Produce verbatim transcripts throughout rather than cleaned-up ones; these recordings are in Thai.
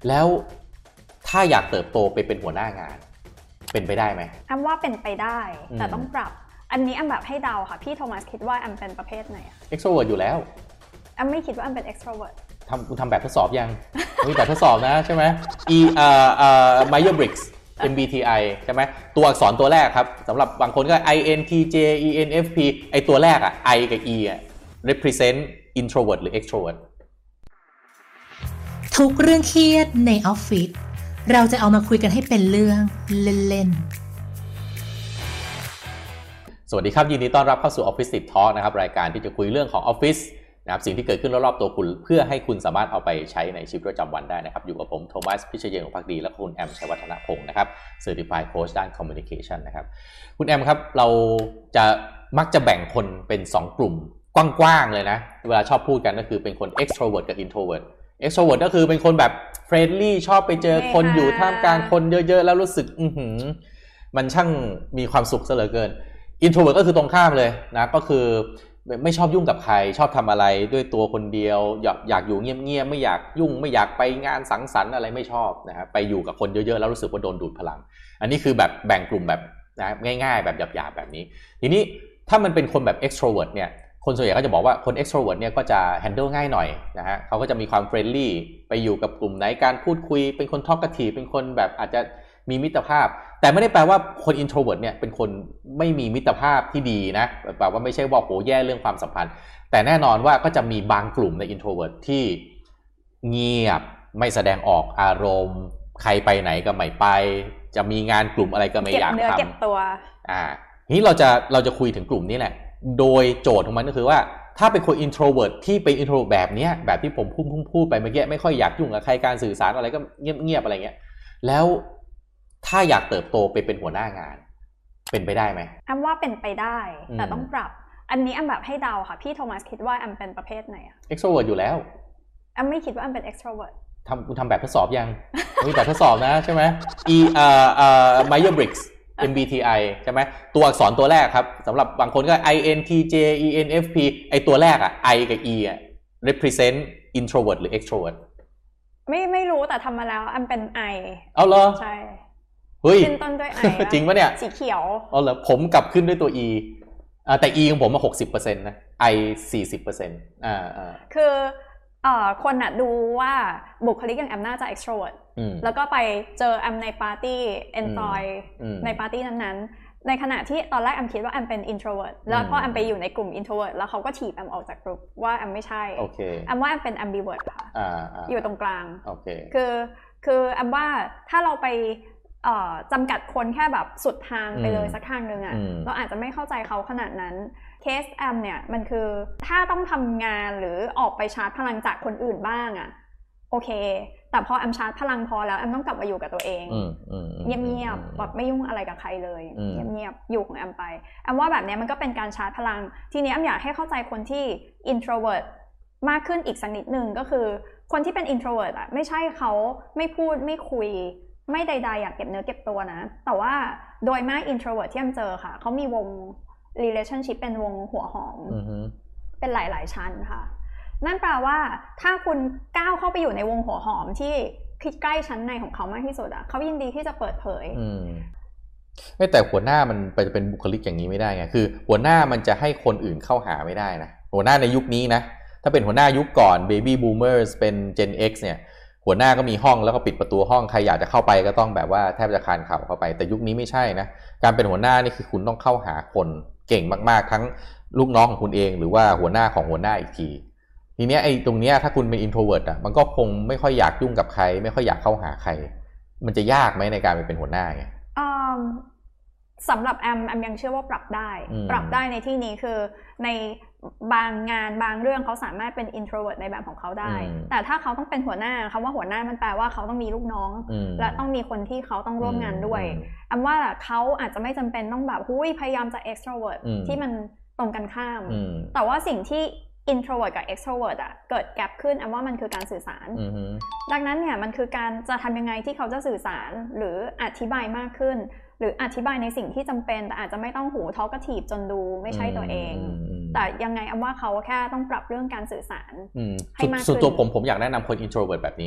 แล้วถ้าอยากเติบโตไปเป็นหัวหน้างานเป็นไปได้ไหมแอมว่าเป็นไปได้แต่ต้องปรับอันนี้แอมแบบให้เดาค่ะพี่โทมัสคิดว่าแอมเป็นประเภทไหนอะ extrovert อยู่แล้วแอมไม่คิดว่าแอมเป็น extrovert ทำคุณทำแบบทดสอบยัง มีแบบทดสอบนะใช่ไหม e เอ่อเอ่อ Myers-Briggs เอ็ม บี ที ไอ ใช่ไหมตัวอักษรตัวแรกครับสำหรับบางคนก็ I N T J E N F P ไอตัวแรกอะ I กับ E อะ represent introvert หรือ extrovert ทุกเรื่องเครียดในออฟฟิศเราจะเอามาคุยกันให้เป็นเรื่องเล่นๆสวัสดีครับยินดีต้อนรับเข้าสู่ Office Deep Talk นะครับรายการที่จะคุยเรื่องของออฟฟิศนะครับสิ่งที่เกิดขึ้นรอบๆตัวคุณเพื่อให้คุณสามารถเอาไปใช้ในชีวิตประจำวันได้นะครับอยู่กับผมโทมัสพิชเยนของภักดีและคุณแอมชัยวัฒนพงศ์นะครับ Certified Coach ด้าน Communication นะครับคุณแอมครับเราจะมักจะแบ่งคนเป็นสองกลุ่มกว้างๆเลยนะเวลาชอบพูดกันก็คือเป็นคน extrovert กับ introvert extrovert ก็คือเป็นคนแบบ friendly ชอบไปเจอคนอยู่ท่ามกลางคนเยอะๆแล้วรู้สึกอื้อหือมันช่างมีความสุขซะเหลือเกิน introvert ก็คือตรงข้ามเลยนะก็คือไม่ชอบยุ่งกับใครชอบทำอะไรด้วยตัวคนเดียวอยากอยากอยู่เงียบๆไม่อยากยุ่งไม่อยากไปงานสังสรรค์อะไรไม่ชอบนะครับไปอยู่กับคนเยอะๆแล้วรู้สึกว่าโดนดูดพลังอันนี้คือแบบแบ่งกลุ่มแบบนะง่ายๆแบบหยาบๆแบบนี้ทีนี้ถ้ามันเป็นคนแบบ extrovert เนี่ยคนส่วนใหญ่ก็จะบอกว่าคน extrovert เนี่ยก็จะ handle ง่ายหน่อยนะฮะเขาก็จะมีความ friendly ไปอยู่กับกลุ่มไหนการพูดคุยเป็นคน talkative เป็นคนแบบอาจจะมีมิตรภาพแต่ไม่ได้แปลว่าคน introvert เนี่ยเป็นคนไม่มีมิตรภาพที่ดีนะแปลว่าไม่ใช่ว่าโหแย่เรื่องความสัมพันธ์แต่แน่นอนว่าก็จะมีบางกลุ่มใน introvert ที่เงียบไม่แสดงออกอารมณ์ใครไปไหนก็ไม่ไปจะมีงานกลุ่มอะไรก็ไม่อยากทำเก็บเนื้อเก็บตัวอ่าทีนี้เราจะเราจะคุยถึงกลุ่มนี้แหละโดยโจทย์ของมันก็คือว่าถ้าเป็นคน introvert ที่เป็น introvert แบบเนี้ยแบบที่ผมพูดพูดไปเมื่อกี้ไม่ค่อยอยากยุ่งกับใครการสื่อสารอะไรก็เงียบๆอะไรเงี้ยแล้วถ้าอยากเติบโตไปเป็นหัวหน้างานเป็นไปได้ไหมแอมว่าเป็นไปได้แต่ต้องปรับอันนี้แอมแบบให้เดาค่ะพี่โทมัสคิดว่าแอมเป็นประเภทไหนอะ extrovert อยู่แล้วแอมไม่คิดว่าแอมเป็น extrovert ทำคุณทำแบบทดสอบยัง มีแบบทดสอบนะใช่ไหม e เอ่อเอ่อ Myers-Briggs เอ็ม บี ที ไอ ใช่ไหมตัวอักษรตัวแรกครับสำหรับบางคนก็ I N T J E N F P ไอตัวแรกอะ I กับ E อะ represent introvert หรือ extrovert ไม่ไม่รู้แต่ทำมาแล้วแอมเป็น I เอาเหรอใช่เฮ้ยขึ้นต้นด้วย I จริงปะเนี่ยสีเขียวอ๋อเหรอผมกลับขึ้นด้วยตัว E อ่าแต่ E ของผมมา หกสิบเปอร์เซ็นต์ นะ I สี่สิบเปอร์เซ็นต์ อ่าอ่าคือเอ่อคนน่ะดูว่าบุคลิกอย่างแอมน่าจะ extrovert แล้วก็ไปเจอแอมในปาร์ตี้ enjoy ในปาร์ตี้นั้นๆในขณะที่ตอนแรกแอมคิดว่าแอมเป็น introvert แล้วพอแอมไปอยู่ในกลุ่ม introvert แล้วเขาก็ถีบแอมออกจากกลุ่มว่าแอมไม่ใช่แอมว่าแอมเป็น ambivert ค่ะอยู่ตรงกลางคือคือแอมว่าถ้าเราไปจำกัดคนแค่แบบสุดทางไปเลยสักทางนึงอ่ะเราอาจจะไม่เข้าใจเขาขนาดนั้นเคสแอมเนี่ยมันคือถ้าต้องทำงานหรือออกไปชาร์จพลังจากคนอื่นบ้างอ่ะโอเคแต่พอแอมชาร์จพลังพอแล้วแอมต้องกลับมาอยู่กับตัวเองเงียบๆแบบไม่ยุ่งอะไรกับใครเลยเงียบๆอยู่ของแอมไปแอมว่าแบบนี้มันก็เป็นการชาร์จพลังทีนี้แอมอยากให้เข้าใจคนที่ introvert มากขึ้นอีกสักนิดนึงก็คือคนที่เป็น introvert อ่ะไม่ใช่เขาไม่พูดไม่คุยไม่ใดๆอยากเก็บเนื้อเก็บตัวนะแต่ว่าโดยมาก introvert ที่แอมเจอค่ะเขามีวง relationship เป็นวงหัวหอม uh-huh. เป็นหลายๆชั้นค่ะนั่นแปลว่าถ้าคุณก้าวเข้าไปอยู่ในวงหัวหอมที่คิดใกล้ชั้นในของเขามากที่สุดอ่ะเขายินดีที่จะเปิดเผยแต่หัวหน้ามันจะเป็นบุคลิกอย่างนี้ไม่ได้ไงคือหัวหน้ามันจะให้คนอื่นเข้าหาไม่ได้นะหัวหน้าในยุคนี้นะถ้าเป็นหัวหน้ายุคก่อน baby boomers เป็น Gen X เนี่ยหัวหน้าก็มีห้องแล้วก็ปิดประตูห้องใครอยากจะเข้าไปก็ต้องแบบว่าแทบจะคานเข่าเข้าไปแต่ยุคนี้ไม่ใช่นะการเป็นหัวหน้านี่คือคุณต้องเข้าหาคนเก่งมากๆทั้งลูกน้องของคุณเองหรือว่าหัวหน้าของหัวหน้าอีกทีทีนี้ไอ้ตรงเนี้ยถ้าคุณเป็น introvert อ่ะมันก็คงไม่ค่อยอยากยุ่งกับใครไม่ค่อยอยากเข้าหาใครมันจะยากไหมในการเป็นหัวหน้าไงสำหรับแอมแอมยังเชื่อว่าปรับได้ปรับได้ในที่นี้คือในบางงานบางเรื่องเขาสามารถเป็น introvert ในแบบของเขาได้แต่ถ้าเขาต้องเป็นหัวหน้าคำว่าหัวหน้ามันแปลว่าเขาต้องมีลูกน้องและต้องมีคนที่เขาต้องร่วมงานด้วยแอมว่าเขาอาจจะไม่จำเป็นต้องแบบหุ้ยพยายามจะ extrovert ที่มันตรงกันข้ามแต่ว่าสิ่งที่ introvert กับ extrovert อ่ะเกิดแกปขึ้นแอมว่ามันคือการสื่อสารดังนั้นเนี่ยมันคือการจะทำยังไงที่เขาจะสื่อสารหรืออธิบายมากขึ้นหรืออธิบายในสิ่งที่จำเป็นแต่อาจจะไม่ต้องหูทอล์กทีฟจนดูไม่ใช่ตัวเองแต่ยังไงแอมว่าเขาแค่ต้องปรับเรื่องการสื่อสารให้มากขึ้นส่วนตัวผมผมอยากแนะนำคน introvert แบบนี้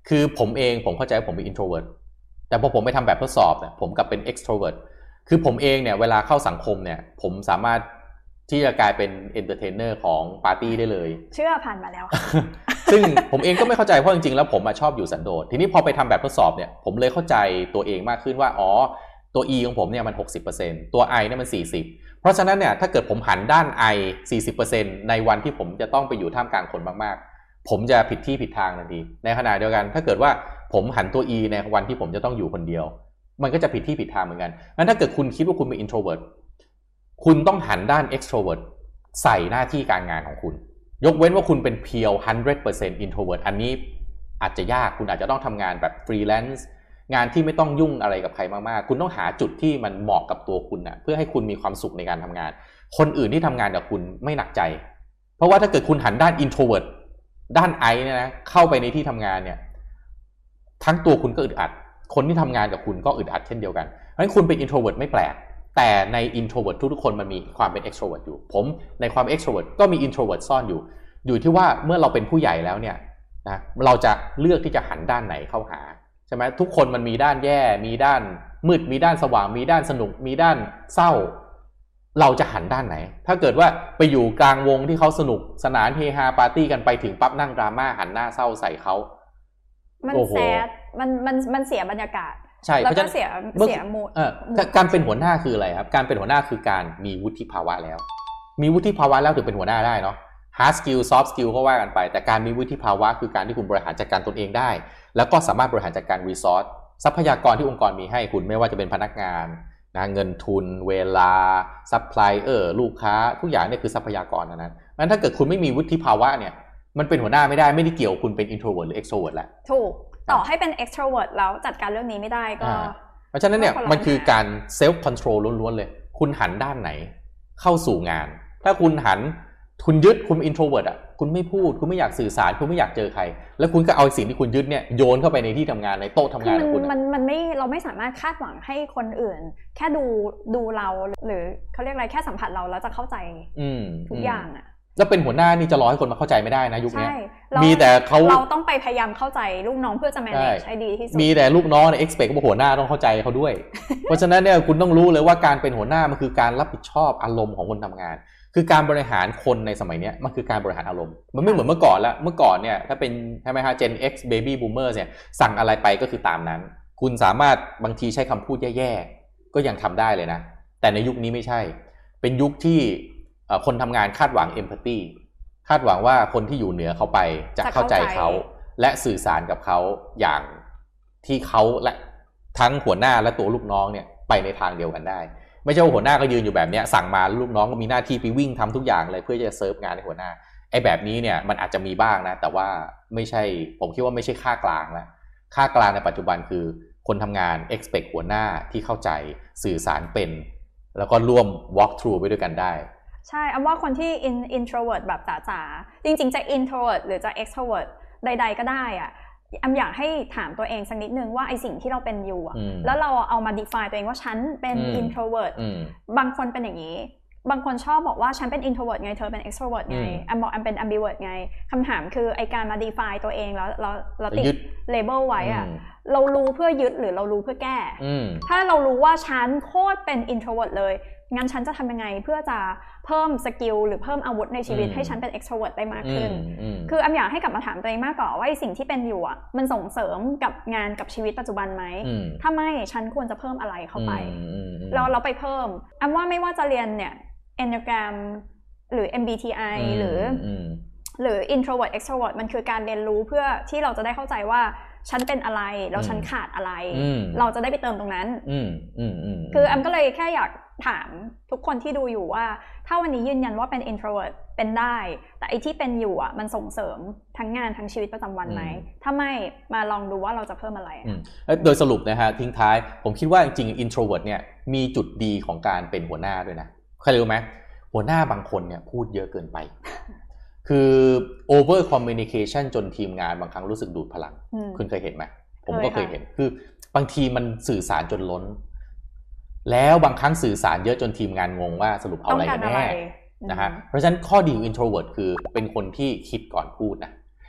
คือผมเองผมเข้าใจว่าผมเป็น introvert แต่พอผมไปทำแบบทดสอบเนี่ยผมกลับเป็น extrovert คือผมเองเนี่ยเวลาเข้าสังคมเนี่ยผมสามารถที่จะกลายเป็น entertainer ของปาร์ตี้ได้เลยเชื่อผ่านมาแล้วซึ่งผมเองก็ไม่เข้าใจเพราะจริงๆแล้วผมชอบอยู่สันโดษทีนี้พอไปทำแบบทดสอบเนี่ยผมเลยเข้าใจตัวเองมากขึ้นว่าอ๋อตัว E ของผมเนี่ยมัน หกสิบเปอร์เซ็นต์ ตัว I เนี่ยมัน สี่สิบเพราะฉะนั้นเนี่ยถ้าเกิดผมหันด้าน I สี่สิบเปอร์เซ็นต์ ในวันที่ผมจะต้องไปอยู่ท่ามกลางคนมากๆผมจะผิดที่ผิดทางทันทีในขณะเดียวกันถ้าเกิดว่าผมหันตัว E ในวันที่ผมจะต้องอยู่คนเดียวมันก็จะผิดที่ผิดทางเหมือนกันงั้นถ้าเกิดคุณคิดว่าคุณเป็น introvert คุณต้องหันด้าน extrovert ใส่หน้าที่การงานของคุณยกเว้นว่าคุณเป็นเพียว หนึ่งร้อยเปอร์เซ็นต์ introvert อันนี้อาจจะยากคุณอาจจะต้องทำงานแบบ freelance งานที่ไม่ต้องยุ่งอะไรกับใครมากๆคุณต้องหาจุดที่มันเหมาะกับตัวคุณนะเพื่อให้คุณมีความสุขในการทำงานคนอื่นที่ทำงานกับคุณไม่หนักใจเพราะว่าถ้าเกิดคุณหันด้าน introvert ด้าน I เนี่ยนะเข้าไปในที่ทำงานเนี่ยทั้งตัวคุณก็อึดอัดคนที่ทำงานกับคุณก็อึดอัดเช่นเดียวกันเพราะฉะนั้นคุณเป็น introvert ไม่แปลกแต่ใน introvert ทุกๆคนมันมีความเป็น extrovert อยู่ผมในความ extrovert ก็มี introvert ซ่อนอยู่อยู่ที่ว่าเมื่อเราเป็นผู้ใหญ่แล้วเนี่ยนะเราจะเลือกที่จะหันด้านไหนเข้าหาใช่ไหมทุกคนมันมีด้านแย่มีด้านมืดมีด้านสว่างมีด้านสนุกมีด้านเศร้าเราจะหันด้านไหนถ้าเกิดว่าไปอยู่กลางวงที่เขาสนุกสนานเฮฮาปาร์ตี้กันไปถึงปั๊บนั่งดราม่าหันหน้าเศร้าใส่เขามันแซดมันมันมันเสียบรรยากาศใช่แล้วก็เสียเสียมูดการเป็นหัวหน้าคืออะไรครับการเป็นหัวหน้าคือการมีวุฒิภาวะแล้วมีวุฒิภาวะแล้วถึงเป็นหัวหน้าได้เนาะ hard skill soft skill ก็ว่ากันไปแต่การมีวุฒิภาวะคือการที่คุณบริหารจัดการตนเองได้แล้วก็สามารถบริหารจัดการ resource ทรัพยากรที่องค์กรมีให้คุณไม่ว่าจะเป็นพนักงานนะเงินทุนเวลา supplier ลูกค้าทุกอย่างเนี่ยคือทรัพยากรนั้นงั้นถ้าเกิดคุณไม่มีวุฒิภาวะเนี่ยมันเป็นหัวหน้าไม่ได้ไม่ได้เกี่ยวคุณเป็น introvert หรือ extrovert แหละถูกต่อให้เป็น extrovert แล้วจัดการเรื่องนี้ไม่ได้ก็เพราะฉะนั้นเนี่ยมันคือการ self control ล้วนๆเลยคุณหันด้านไหนเข้าสู่งานถ้าคุณหันคุณยึดคุณ introvert อ่ะคุณไม่พูดคุณไม่อยากสื่อสารคุณไม่อยากเจอใครแล้วคุณก็เอาสิ่งที่คุณยึดเนี่ยโยนเข้าไปในที่ทำงานในโต๊ะทำงานของคุณมันมันไม่เราไม่สามารถคาดหวังให้คนอื่นแค่ดูดูเราหรือเขาเรียกอะไรแค่สัมผัสเราแล้วจะเข้าใจทุกอย่างอ่ะแล้วเป็นหัวหน้านี่จะรอให้คนมาเข้าใจไม่ได้นะยุคนี้มีแต่เขาเราต้องไปพยายามเข้าใจลูกน้องเพื่อจะ manage ให้ดีที่สุดมีแต่ลูกน้องเนี่ย expect ว่าหัวหน้าต้องเข้าใจเขาด้วย เพราะฉะนั้นเนี่ยคุณต้องรู้เลยว่าการเป็นหัวหน้ามันคือการรับผิดชอบอารมณ์ของคนทำงานคือการบริหารคนในสมัยนี้มันคือการบริหารอารมณ์มันไม่เหมือนเมื่อก่อนแล้วเมื่อก่อนเนี่ยถ้าเป็นใช่ไหมฮะ Gen X Baby Boomers เนี่ยสั่งอะไรไปก็คือตามนั้นคุณสามารถบางทีใช้คำพูดแย่ๆก็ยังทำได้เลยนะแต่ในยุคนี้ไม่ใช่เป็นยุคที่คนทำงานคาดหวัง empathyคาดหวังว่าคนที่อยู่เหนือเขาไปจะเข้าใจเขาและสื่อสารกับเขาอย่างที่เขาและทั้งหัวหน้าและตัวลูกน้องเนี่ยไปในทางเดียวกันได้ไม่ใช่ว่าหัวหน้าก็ยืนอยู่แบบนี้สั่งมาลูกน้องก็มีหน้าที่ไปวิ่งทำทุกอย่างเลยเพื่อจะเซิร์ฟงานให้หัวหน้าไอ้แบบนี้เนี่ยมันอาจจะมีบ้างนะแต่ว่าไม่ใช่ผมคิดว่าไม่ใช่ค่ากลางแล้วค่ากลางในปัจจุบันคือคนทำงาน expect หัวหน้าที่เข้าใจสื่อสารเป็นแล้วก็ร่วม walk through ไปด้วยกันได้ใช่อำว่าคนที่ introvert แบบจ๋าๆจริงๆจะ introvert หรือจะ extrovert ใดๆก็ได้อะอำอยากให้ถามตัวเองสักนิดนึงว่าไอสิ่งที่เราเป็นอยู่อะแล้วเราเอามา define ตัวเองว่าฉันเป็น introvert บางคนเป็นอย่างนี้บางคนชอบบอกว่าฉันเป็น introvert ไงเธอเป็น extrovert ไงอำบอกอำเป็น ambivert ไงคำถามคือไอการมา define ตัวเองแล้วเราเราติด label ไว้อะเรารู้เพื่อยึดหรือเรารู้เพื่อแก้ถ้าเรารู้ว่าฉันโคตรเป็น introvert เลยงั้นฉันจะทำยังไงเพื่อจะเพิ่มสกิลหรือเพิ่มอาวุธในชีวิตให้ฉันเป็น extrovert ได้มากขึ้นคืออำอยากให้กลับมาถามตัวเองมากกว่าว่าสิ่งที่เป็นอยู่อ่ะมันส่งเสริมกับงานกับชีวิตปัจจุบันไหมถ้าไม่ฉันควรจะเพิ่มอะไรเข้าไปเราเราไปเพิ่มอำว่าไม่ว่าจะเรียนเนี่ย Enneagram หรือ เอ็ม บี ที ไอ หรือหรือ introvert extrovert มันคือการเรียนรู้เพื่อที่เราจะได้เข้าใจว่าฉันเป็นอะไรแล้วฉันขาดอะไรเราจะได้ไปเติมตรงนั้นคือแอมก็เลยแค่อยากถามทุกคนที่ดูอยู่ว่าถ้าวันนี้ยืนยันว่าเป็น introvert เป็นได้แต่ไอที่เป็นอยู่อ่ะมันส่งเสริมทั้งงานทั้งชีวิตประจำวันไหมถ้าไม่มาลองดูว่าเราจะเพิ่มอะไรโดยสรุปนะฮะทิ้งท้ายผมคิดว่าจริงๆ introvert เนี่ยมีจุดดีของการเป็นหัวหน้าด้วยนะใครรู้ไหมหัวหน้าบางคนเนี่ยพูดเยอะเกินไปคือ over communication จนทีมงานบางครั้งรู้สึกดูดพลังคุณเคยเห็นไหมผมก็เคยเห็นคือบางทีมันสื่อสารจนล้นแล้วบางครั้งสื่อสารเยอะจนทีมงานงงว่าสรุปเอาอะไรกันแน่นะฮะเพราะฉะนั้นข้อดีของ introvert คือเป็นคนที่คิดก่อนพูดนะ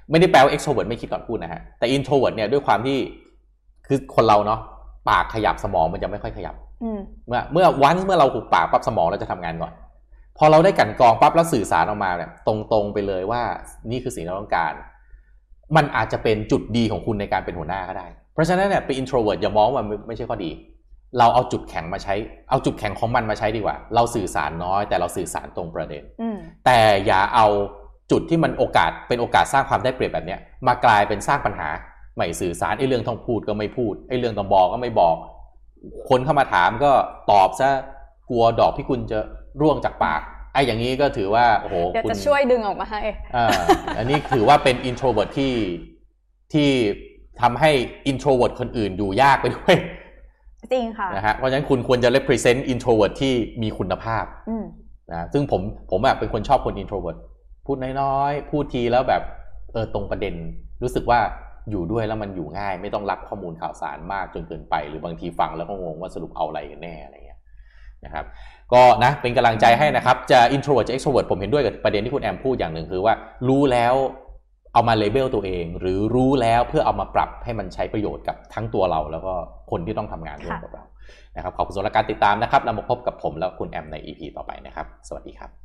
ไม่ได้แปลว่า extrovert ไม่คิดก่อนพูดนะฮะแต่ introvert เนี่ยด้วยความที่คือคนเราเนาะปากขยับสมองมันจะไม่ค่อยขยับเมื่อเมื่อวันเมื่อเราหุบปากปั๊บสมองเราจะทำงานก่อนพอเราได้กั่นกรองปั๊บแล้วสื่อสารออกมาเนี่ยตรงๆไปเลยว่านี่คือสิ่งที่เราต้องการมันอาจจะเป็นจุดดีของคุณในการเป็นหัวหน้าก็ได้เพราะฉะนั้นเนี่ยเป็น introvert อย่ามองว่ามันไม่ใช่ข้อดีเราเอาจุดแข็งมาใช้เอาจุดแข็งของมันมาใช้ดีกว่าเราสื่อสารน้อยแต่เราสื่อสารตรงประเด็นแต่อย่าเอาจุดที่มันโอกาสเป็นโอกาสสร้างความได้เปรียบแบบนี้มากลายเป็นสร้างปัญหาไม่สื่อสารไอ้เรื่องต้องพูดก็ไม่พูดไอ้เรื่องต้องบอกก็ไม่บอกคนเข้ามาถามก็ตอบซะกลัวดอกพิกุลจะร่วงจากปากไอ้อย่างนี้ก็ถือว่าโอ้โหเดี๋ยวจะช่วยดึงออกมาให้อ่าอันนี้ถือว่าเป็น introvert ที่ที่ทำให้ introvert คนอื่นอยู่ยากไปด้วยจริงค่ะนะฮะเพราะฉะนั้นคุณควรจะ represent introvert ที่มีคุณภาพนะซึ่งผมผมแบบเป็นคนชอบคน introvert พูดน้อยๆพูดทีแล้วแบบเออตรงประเด็นรู้สึกว่าอยู่ด้วยแล้วมันอยู่ง่ายไม่ต้องรับข้อมูลข่าวสารมากจนเกินไปหรือบางทีฟังแล้วก็งงว่าสรุปเอาอะไรกันแน่อะไรเงี้ยนะครับก็นะเป็นกำลังใจให้นะครับจะ introvert จะ extrovert ผมเห็นด้วยกับประเด็นที่คุณแอมพูดอย่างหนึ่งคือว่ารู้แล้วเอามาเลเบลตัวเองหรือรู้แล้วเพื่อเอามาปรับให้มันใช้ประโยชน์กับทั้งตัวเราแล้วก็คนที่ต้องทำงานร่วมกับเรานะครับขอบคุณสำหรับการติดตามนะครับแล้วมาพบกับผมและคุณแอมใน อี พี ต่อไปนะครับสวัสดีครับ